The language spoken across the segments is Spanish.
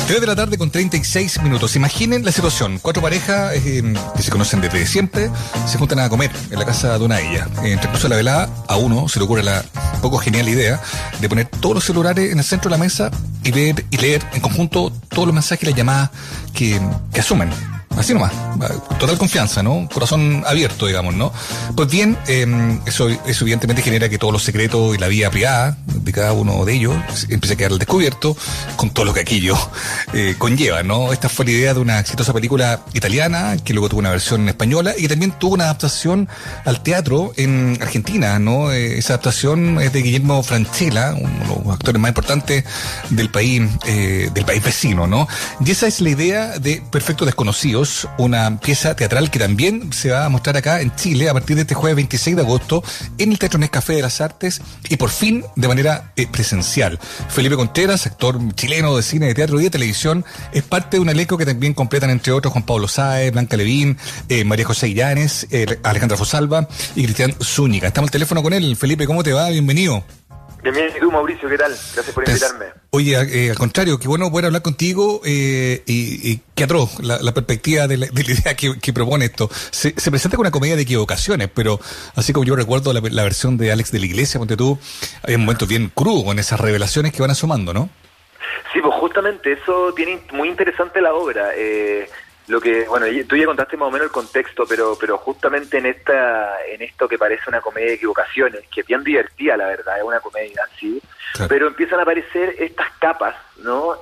3 de la tarde con 36 minutos. Imaginen la situación. 4 parejas que se conocen desde siempre se juntan a comer en la casa de una de ellas. En el transcurso de la velada, a uno se le ocurre la poco genial idea de poner todos los celulares en el centro de la mesa y leer en conjunto todos los mensajes y las llamadas que asumen. Así nomás, total confianza, ¿no? Corazón abierto, digamos, ¿no? Pues bien, eso evidentemente genera que todos los secretos y la vida privada de cada uno de ellos empiece a quedar al descubierto con todo lo que aquello conlleva, ¿no? Esta fue la idea de una exitosa película italiana que luego tuvo una versión española y que también tuvo una adaptación al teatro en Argentina, ¿no? Esa adaptación es de Guillermo Francella, uno de los actores más importantes del país vecino, ¿no? Y esa es la idea de Perfectos Desconocidos, una pieza teatral que también se va a mostrar acá en Chile a partir de este jueves 26 de agosto en el Teatro Nescafé de las Artes y por fin de manera presencial. Felipe Contreras, actor chileno de cine, de teatro y de televisión, es parte de un elenco que también completan entre otros Juan Pablo Sáez, Blanca Levín, María José Illanes, Alejandra Fosalva y Cristian Zúñiga. Estamos al teléfono con él. Felipe, ¿cómo te va? Bienvenido. Bien, ¿y tú, Mauricio? ¿Qué tal? Gracias por invitarme. Oye, al contrario, qué bueno poder hablar contigo y qué atroz la perspectiva de la idea que propone esto. Se presenta con una comedia de equivocaciones, pero así como yo recuerdo la versión de Alex de la Iglesia, ponte tú, hay momentos bien crudos con esas revelaciones que van asomando, ¿no? Sí, pues justamente eso tiene muy interesante la obra. Lo que, bueno, tú ya contaste más o menos el contexto, pero justamente en esto que parece una comedia de equivocaciones, que es bien divertida, la verdad, es una comedia, sí, claro. Pero empiezan a aparecer estas capas, ¿no?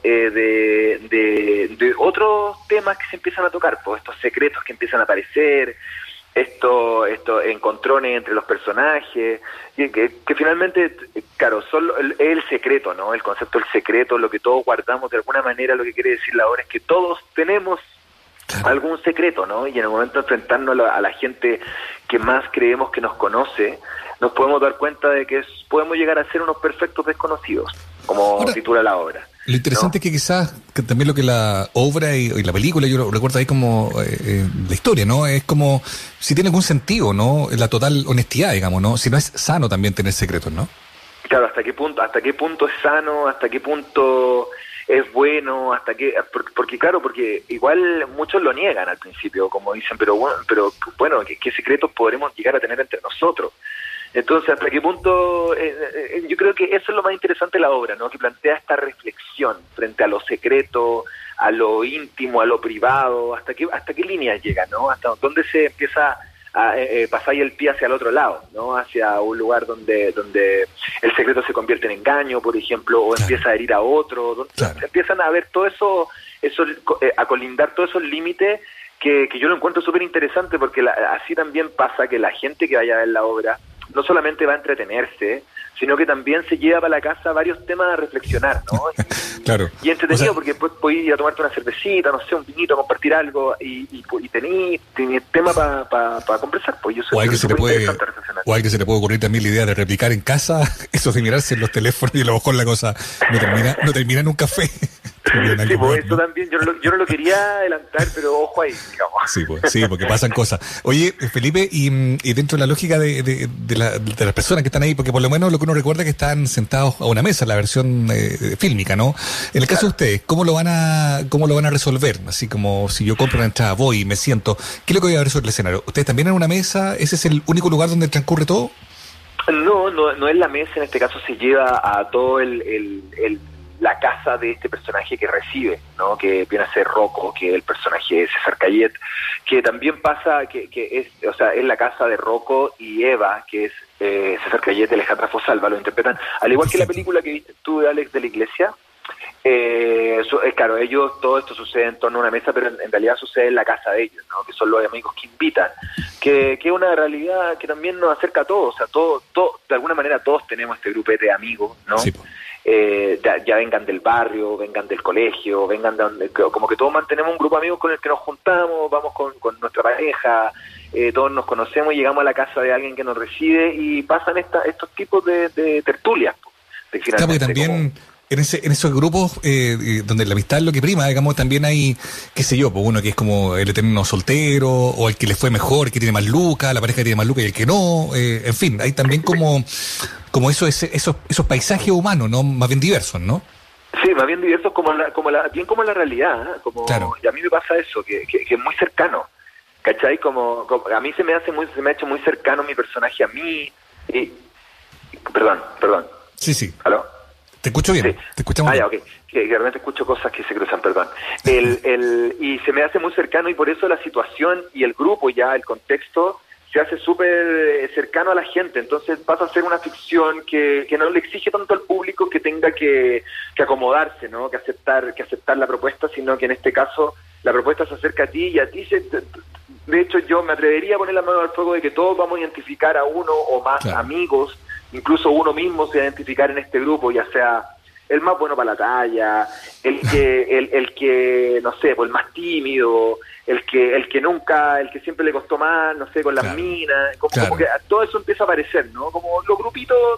De otros temas que se empiezan a tocar, pues estos secretos que empiezan a aparecer, estos encontrones entre los personajes, que finalmente, claro, es el secreto, ¿no? El concepto del secreto, lo que todos guardamos de alguna manera, lo que quiere decir la obra es que todos tenemos algún secreto, ¿no? Y en el momento de enfrentarnos a la gente que más creemos que nos conoce, nos podemos dar cuenta de que podemos llegar a ser unos perfectos desconocidos, como ahora, titula la obra. Lo interesante, ¿no? Es que quizás que también lo que la obra y la película, yo lo recuerdo ahí como la historia, ¿no? Es como si tiene algún sentido, ¿no? La total honestidad, digamos, ¿no? Si no es sano también tener secretos, ¿no? Claro, ¿hasta qué punto es sano? ¿Hasta qué punto es bueno? Porque igual muchos lo niegan al principio, como dicen, pero bueno, ¿qué secretos podremos llegar a tener entre nosotros? Entonces, ¿hasta qué punto? Yo creo que eso es lo más interesante de la obra, ¿no? Que plantea esta reflexión frente a lo secreto, a lo íntimo, a lo privado, hasta qué líneas llega, ¿no? Hasta dónde se empieza a pasar el pie hacia el otro lado, ¿no? Hacia un lugar donde el secreto se convierte en engaño, por ejemplo, o empieza a herir a otro, donde empiezan a ver todo eso a colindar todos esos límites que yo lo encuentro súper interesante, porque así también pasa que la gente que vaya a ver la obra no solamente va a entretenerse, sino que también se lleva para la casa varios temas a reflexionar, ¿no? Claro. Y entretenido, porque después podés ir a tomarte una cervecita, no sé, un vinito, compartir algo, y tenés tema para conversar, pues. O al que se le puede ocurrir también la idea de replicar en casa, eso de mirarse en los teléfonos y a lo mejor la cosa no termina en un café. Sí, pues eso también, yo no lo quería adelantar, pero ojo ahí, digamos. Sí, porque pasan cosas. Oye, Felipe, y dentro de la lógica de las personas que están ahí, porque por lo menos lo que uno recuerda es que están sentados a una mesa, la versión fílmica, ¿no? En el caso de ustedes, ¿cómo lo van a resolver? Así como si yo compro una entrada, voy y me siento, ¿qué es lo que voy a ver sobre el escenario? ¿Ustedes también en una mesa? ¿Ese es el único lugar donde transcurre todo? No es la mesa, en este caso se lleva a todo la casa de este personaje que recibe, ¿no? Que viene a ser Rocco, que es el personaje de César Cayet, que también pasa que es la casa de Rocco y Eva, que es César Cayet y Alejandra Fosalva, lo interpretan, al igual que la película que viste tú de Alex de la Iglesia. Claro, todo esto sucede en torno a una mesa, pero en realidad sucede en la casa de ellos, ¿no? Que son los amigos que invitan, que es una realidad que también nos acerca a todos, o sea, todo, de alguna manera todos tenemos este grupete de amigos, ¿no? Sí. Ya vengan del barrio, vengan del colegio, vengan de donde, como que todos mantenemos un grupo de amigos con el que nos juntamos, vamos con nuestra pareja, todos nos conocemos y llegamos a la casa de alguien que nos recibe y pasan estos tipos de tertulias. Claro, porque también en esos grupos donde la amistad es lo que prima, digamos, también hay, qué sé yo, pues uno que es como el eterno soltero, o el que le fue mejor, que tiene más lucas, la pareja que tiene más lucas y el que no, en fin, hay también como esos paisajes humanos, ¿no? Más bien diversos, ¿no? Sí, más bien diversos bien como la realidad, ¿eh? Claro. Y a mí me pasa eso, que es muy cercano, ¿cachai? A mí se me ha hecho muy cercano mi personaje a mí, y, perdón. Sí. ¿Aló? Te escucho bien, Sí. te escuchamos bien. Ya, ok. Que realmente escucho cosas que se cruzan, perdón. Y se me hace muy cercano y por eso la situación y el grupo ya, el contexto, se hace súper cercano a la gente. Entonces pasa a ser una ficción que no le exige tanto al público que tenga que acomodarse, ¿no? Que aceptar la propuesta, sino que en este caso la propuesta se acerca a ti y a ti de hecho yo me atrevería a poner la mano al fuego de que todos vamos a identificar a uno o más amigos, incluso uno mismo se va a identificar en este grupo, ya sea el más bueno para la talla, el que no sé, pues el más tímido, el que siempre le costó más, no sé, con las minas, como que todo eso empieza a aparecer, ¿no? Como los grupos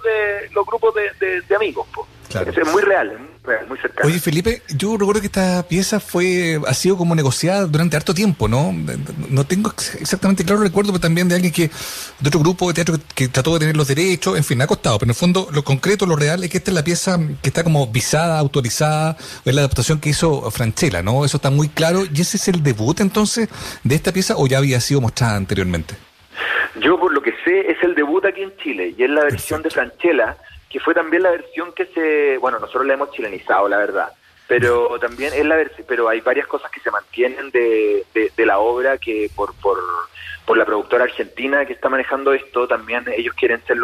de amigos, pues. Claro. Es muy real, muy cercano. Oye, Felipe, yo recuerdo que esta pieza ha sido como negociada durante harto tiempo, ¿no? No tengo exactamente claro el recuerdo, pero también de alguien de otro grupo de teatro que trató de tener los derechos, en fin, ha costado, pero en el fondo lo concreto, lo real, es que esta es la pieza que está como visada, autorizada, es la adaptación que hizo Francella, ¿no? Eso está muy claro, ¿y ese es el debut entonces de esta pieza o ya había sido mostrada anteriormente? Yo por lo que sé es el debut aquí en Chile, y es la versión de Francella, que fue también la versión nosotros la hemos chilenizado, la verdad, pero también es pero hay varias cosas que se mantienen de la obra que por la productora argentina que está manejando esto, también ellos quieren ser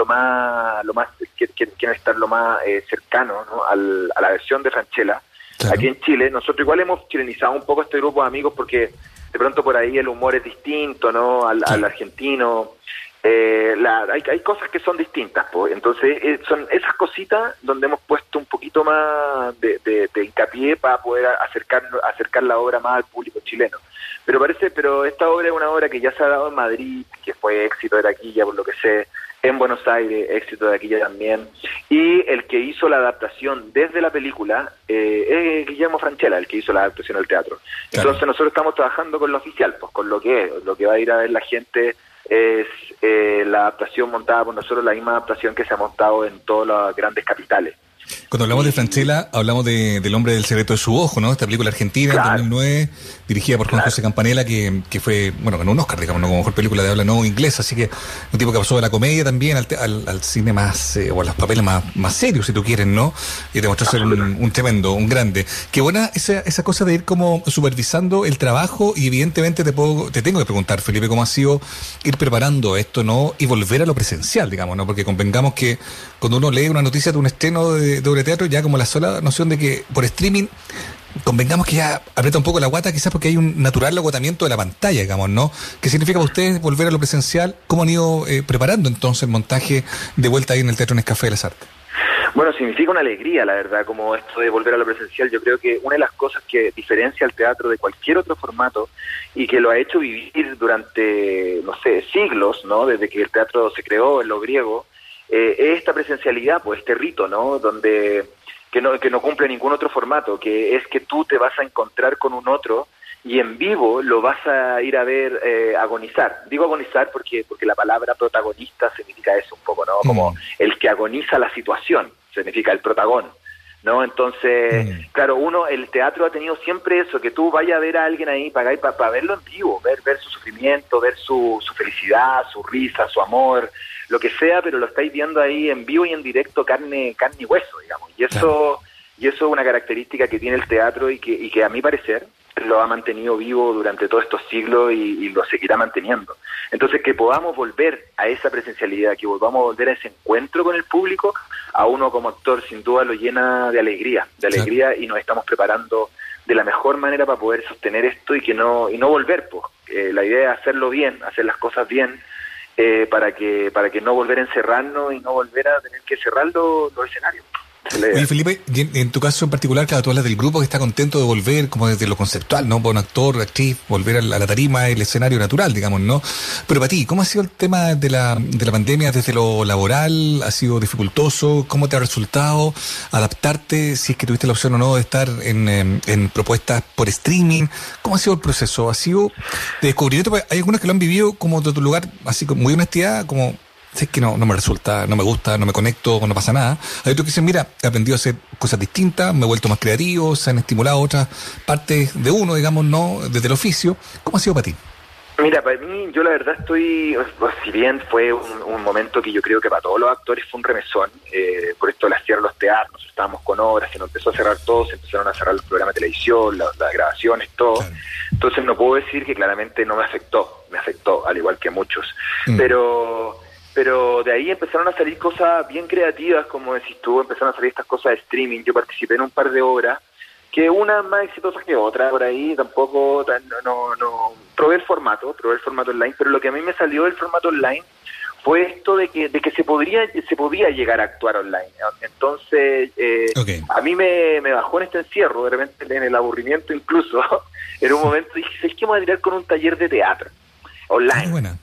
quieren estar lo más cercano, ¿no? a la versión de Francella. Claro. Aquí en Chile, nosotros igual hemos chilenizado un poco este grupo de amigos porque de pronto por ahí el humor es distinto, ¿no? Al argentino. Hay cosas que son distintas, pues. Entonces son esas cositas donde hemos puesto un poquito más de hincapié para poder acercar la obra más al público chileno. Pero esta obra es una obra que ya se ha dado en Madrid, que fue éxito de taquilla por lo que sé, en Buenos Aires, éxito de taquilla también, y el que hizo la adaptación desde la película es Guillermo Francella, el que hizo la adaptación al teatro. Claro. Entonces nosotros estamos trabajando con lo oficial, pues con lo que va a ir a ver la gente es la adaptación montada por nosotros, la misma adaptación que se ha montado en todas las grandes capitales. Cuando hablamos de Francella, hablamos del hombre del secreto de su ojo, ¿no? Esta película argentina, claro, en 2009, dirigida por Juan José Campanella, que fue, ganó un Oscar, digamos, ¿no? Como mejor película de habla no inglesa, así que un tipo que pasó de la comedia también al cine más, o a los papeles más serios, si tú quieres, ¿no? Y demostró ser un tremendo, un grande. Qué buena esa cosa de ir como supervisando el trabajo, y evidentemente te tengo que preguntar, Felipe, ¿cómo ha sido ir preparando esto, ¿no? Y volver a lo presencial, digamos, ¿no? Porque convengamos que cuando uno lee una noticia de un estreno de obra de teatro, ya como la sola noción de que por streaming, convengamos que ya aprieta un poco la guata, quizás porque hay un natural agotamiento de la pantalla, digamos, ¿no? ¿Qué significa para ustedes volver a lo presencial? ¿Cómo han ido preparando entonces el montaje de vuelta ahí en el Teatro Nescafé de las Artes? Bueno, significa una alegría, la verdad, como esto de volver a lo presencial. Yo creo que una de las cosas que diferencia al teatro de cualquier otro formato y que lo ha hecho vivir durante, no sé, siglos, ¿no? Desde que el teatro se creó en lo griego, es esta presencialidad, pues este rito, ¿no? Que no cumple ningún otro formato, que es que tú te vas a encontrar con un otro y en vivo lo vas a ir a ver agonizar. Digo agonizar porque la palabra protagonista significa eso un poco, ¿no? Como el que agoniza la situación, significa el protagón, ¿no? Entonces, claro, el teatro ha tenido siempre eso, que tú vayas a ver a alguien ahí, pagáis para verlo en vivo, ver su sufrimiento, ver su felicidad, su risa, su amor, lo que sea, pero lo estáis viendo ahí en vivo y en directo, carne y hueso, digamos. Y eso es una característica que tiene el teatro y que a mi parecer lo ha mantenido vivo durante todos estos siglos y lo seguirá manteniendo. Entonces, que podamos volver a esa presencialidad, que volvamos a volver a ese encuentro con el público, a uno como actor sin duda lo llena de alegría, y nos estamos preparando de la mejor manera para poder sostener esto y no volver, pues. La idea es hacerlo bien, hacer las cosas bien, para que no volver a encerrarnos y no volver a tener que cerrar los escenarios. Oye, Felipe, en tu caso en particular, claro, tú hablas del grupo que está contento de volver, como desde lo conceptual, ¿no? Para un actor, actriz, volver a la tarima, el escenario natural, digamos, ¿no? Pero para ti, ¿cómo ha sido el tema de la pandemia desde lo laboral? ¿Ha sido dificultoso? ¿Cómo te ha resultado adaptarte, si es que tuviste la opción o no de estar en propuestas por streaming? ¿Cómo ha sido el proceso? ¿Ha sido de descubrimiento? Hay algunos que lo han vivido como de tu lugar, así como muy honestidad, como sé que no me resulta, no me gusta, no me conecto, no pasa nada. Hay otros que dicen, mira, he aprendido a hacer cosas distintas, me he vuelto más creativo, se han estimulado otras partes de uno, digamos, no desde el oficio. ¿Cómo ha sido para ti? Mira, para mí, yo la verdad estoy, pues, si bien fue un momento que yo creo que para todos los actores fue un remesón, por esto del cierre de los teatros, nosotros estábamos con obras, se nos empezó a cerrar todo, se empezaron a cerrar los programas de televisión, las grabaciones, todo. Claro. Entonces no puedo decir que claramente no me afectó, al igual que muchos. Pero de ahí empezaron a salir cosas bien creativas, como decís tú, empezaron a salir estas cosas de streaming. Yo participé en un par de obras, que una más exitosa que otra, por ahí tampoco, probé el formato online, pero lo que a mí me salió del formato online fue esto de que se podía llegar a actuar online. Entonces, a mí me bajó en este encierro, de repente en el aburrimiento incluso, en un momento dije, ¿sabes qué? Me voy a tirar con un taller de teatro online. Buena.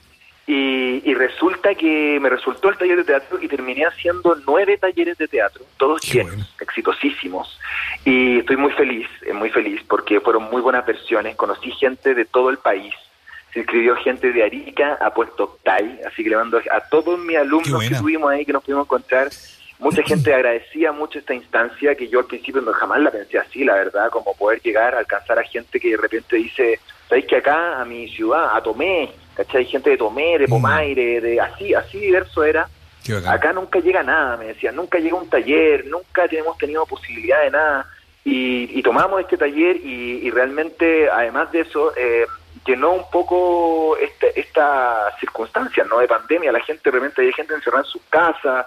Y resulta que me resultó el taller de teatro y terminé haciendo 9 talleres de teatro, todos llenos, exitosísimos. Y estoy muy feliz porque fueron muy buenas versiones, conocí gente de todo el país, se inscribió gente de Arica a Puerto Octay, así que le mando a todos mis alumnos que tuvimos ahí, que nos pudimos encontrar. Mucha gente agradecía mucho esta instancia, que yo al principio jamás la pensé así, la verdad, como poder llegar a alcanzar a gente que de repente dice, ¿sabéis que acá, a mi ciudad, a Tomé, ¿cachai? Gente de Tomé, de Pomaire, de así diverso era. Acá nunca llega nada, me decían, nunca llega un taller, nunca hemos tenido posibilidad de nada. Y tomamos este taller y realmente, además de eso, llenó un poco esta circunstancia, ¿no? De pandemia. La gente, de repente, hay gente encerrada en sus casas,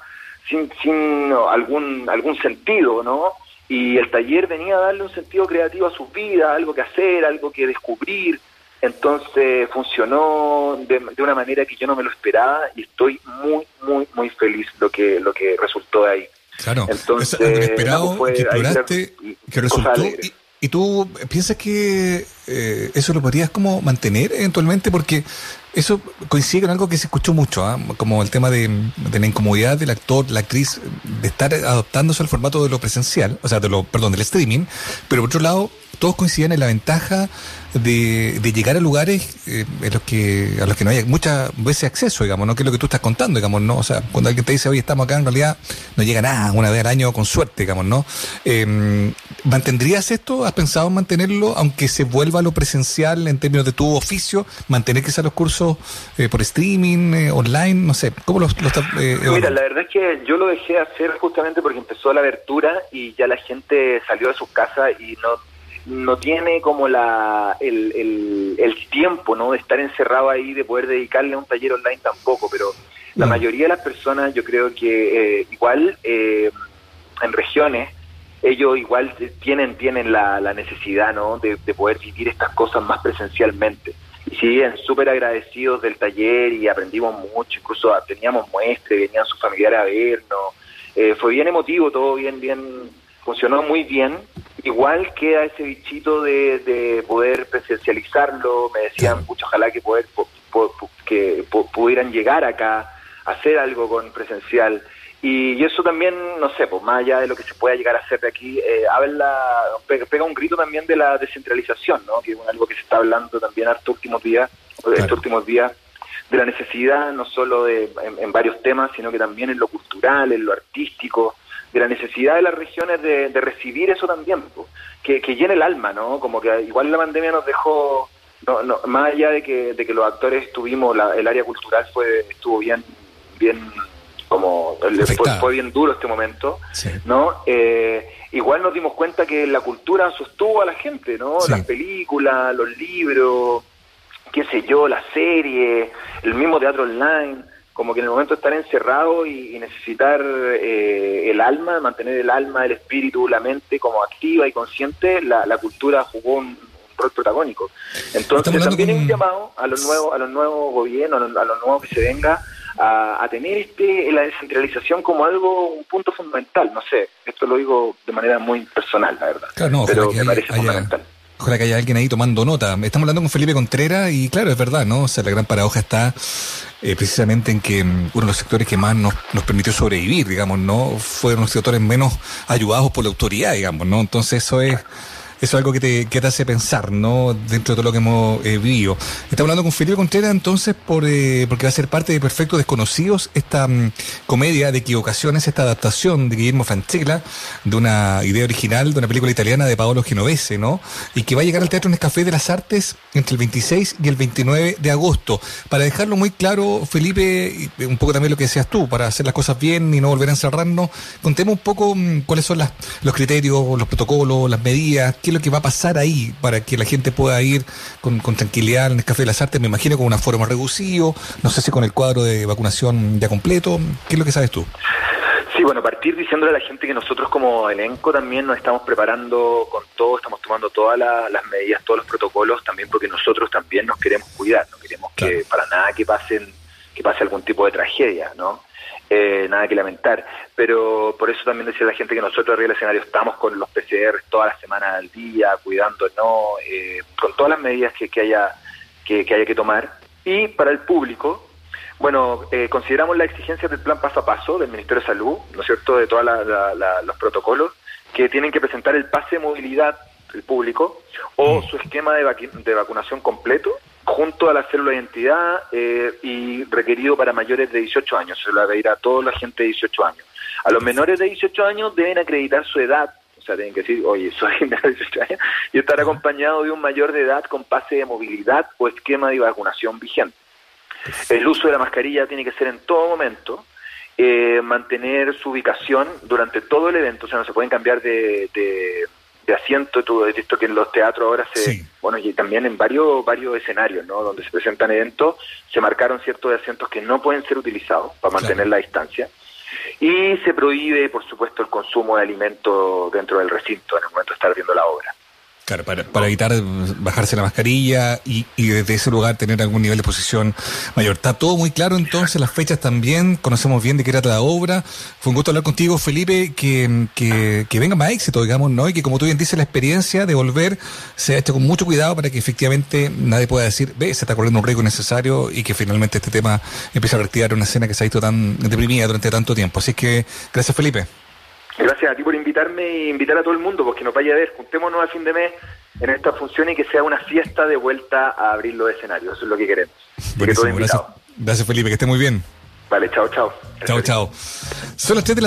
sin algún sentido, ¿no? Y el taller venía a darle un sentido creativo a su vida, algo que hacer, algo que descubrir. Entonces funcionó de una manera que yo no me lo esperaba y estoy muy feliz lo que resultó de ahí. Claro, entonces, es algo inesperado que exploraste, que resultó. ¿Y tú piensas que eso lo podrías como mantener eventualmente? Porque eso coincide con algo que se escuchó mucho, como el tema de la incomodidad del actor, la actriz, de estar adaptándose al formato de lo presencial, o sea, del streaming, pero por otro lado, todos coincidían en la ventaja de llegar a lugares a los que no hay muchas veces acceso, digamos, ¿no? Que es lo que tú estás contando, digamos, ¿no? O sea, cuando alguien te dice, oye, estamos acá, en realidad no llega nada, una vez al año con suerte, digamos, ¿no? ¿Mantendrías esto? ¿Has pensado en mantenerlo, aunque se vuelva a lo presencial en términos de tu oficio? ¿Mantener quizás los cursos por streaming, online? No sé, ¿cómo lo estás Mira, la verdad es que yo lo dejé hacer justamente porque empezó la abertura y ya la gente salió de sus casas y no tiene como el tiempo, ¿no? De estar encerrado ahí, de poder dedicarle a un taller online tampoco, pero la mayoría de las personas yo creo que igual en regiones ellos igual tienen la necesidad, ¿no? De poder vivir estas cosas más presencialmente. Y siguen súper agradecidos del taller y aprendimos mucho, incluso teníamos muestras, venían sus familiares a vernos. Fue bien emotivo, todo bien, funcionó muy bien. Igual queda ese bichito de poder presencializarlo. Me decían, mucho, ojalá que pudieran llegar acá a hacer algo con presencial. Y eso también, no sé, pues más allá de lo que se pueda llegar a hacer de aquí, pega un grito también de la descentralización, ¿no? Que es algo que se está hablando también estos últimos días, de la necesidad no solo en varios temas, sino que también en lo cultural, en lo artístico, de la necesidad de las regiones de recibir eso también, pues, que llene el alma, ¿no? Como que igual la pandemia nos dejó, más allá de que los actores tuvimos, el área cultural estuvo bien como fue bien duro este momento, sí. ¿No? Igual nos dimos cuenta que la cultura sostuvo a la gente, ¿no? Sí. Las películas, los libros, qué sé yo, las series, el mismo teatro online, como que en el momento de estar encerrado y necesitar el alma, mantener el alma, el espíritu, la mente como activa y consciente, la cultura jugó un rol protagónico. Entonces también hay un llamado a los nuevos gobiernos, a los nuevos que se venga, a tener la descentralización como un punto fundamental. No sé, esto lo digo de manera muy personal, la verdad. Claro, no, pero me parece fundamental. Ojalá que haya alguien ahí tomando nota. Estamos hablando con Felipe Contreras y claro, es verdad, ¿no? O sea, la gran paradoja está precisamente en que uno de los sectores que más nos permitió sobrevivir, digamos, ¿no? Fueron los sectores menos ayudados por la autoridad, digamos, ¿no? Entonces eso es es algo que te hace pensar, ¿no? Dentro de todo lo que hemos vivido. Estamos hablando con Felipe Contreras, entonces, porque va a ser parte de Perfectos Desconocidos, esta comedia de equivocaciones, esta adaptación de Guillermo Francella, de una idea original de una película italiana de Paolo Genovese, ¿no? Y que va a llegar al Teatro Nescafé de las Artes entre el 26 y el 29 de agosto. Para dejarlo muy claro, Felipe, un poco también lo que decías tú, para hacer las cosas bien y no volver a encerrarnos, contemos un poco cuáles son los criterios, los protocolos, las medidas, qué es lo que va a pasar ahí para que la gente pueda ir con tranquilidad al Nescafé de las Artes, me imagino con un aforo más reducido, no sé si con el cuadro de vacunación ya completo. ¿Qué es lo que sabes tú? Sí, bueno, partir diciéndole a la gente que nosotros como elenco también nos estamos preparando con todo, estamos tomando todas las medidas, todos los protocolos, también porque nosotros también nos queremos cuidar, no queremos que para nada que pase algún tipo de tragedia, ¿no? Nada que lamentar, pero por eso también decía la gente que nosotros arriba del escenario estamos con los PCR toda la semana al día, cuidándonos, con todas las medidas que haya que tomar. Y para el público, bueno, consideramos las exigencias del plan paso a paso del Ministerio de Salud, ¿no es cierto?, de todos los protocolos, que tienen que presentar el pase de movilidad del público o su esquema de vacunación completo, junto a la célula de identidad y requerido para mayores de 18 años. Se lo va a pedir a toda la gente de 18 años. A los menores de 18 años deben acreditar su edad, o sea, tienen que decir, oye, soy menor de 18 años, y estar acompañado de un mayor de edad con pase de movilidad o esquema de vacunación vigente. El uso de la mascarilla tiene que ser en todo momento, mantener su ubicación durante todo el evento, o sea, no se pueden cambiar de asiento. Tú has visto que en los teatros ahora bueno, y también en varios escenarios, ¿no?, donde se presentan eventos, se marcaron ciertos asientos que no pueden ser utilizados para mantener la distancia. Y se prohíbe, por supuesto, el consumo de alimentos dentro del recinto en el momento de estar viendo la obra. Claro, para evitar bajarse la mascarilla y desde ese lugar tener algún nivel de exposición mayor. Está todo muy claro, entonces, las fechas también, conocemos bien de qué trata la obra. Fue un gusto hablar contigo, Felipe, que venga más éxito, digamos, ¿no? Y que, como tú bien dices, la experiencia de volver sea hecha con mucho cuidado para que efectivamente nadie pueda decir, se está corriendo un riesgo innecesario, y que finalmente este tema empiece a reactivar una escena que se ha visto tan deprimida durante tanto tiempo. Así que, gracias, Felipe. Gracias a ti por invitarme e invitar a todo el mundo, porque nos vaya a ver. Juntémonos a fin de mes en esta función y que sea una fiesta de vuelta a abrir los escenarios. Eso es lo que queremos. Buenísimo, gracias, Felipe, que esté muy bien. Vale, chao. Chao. Son las 3 de la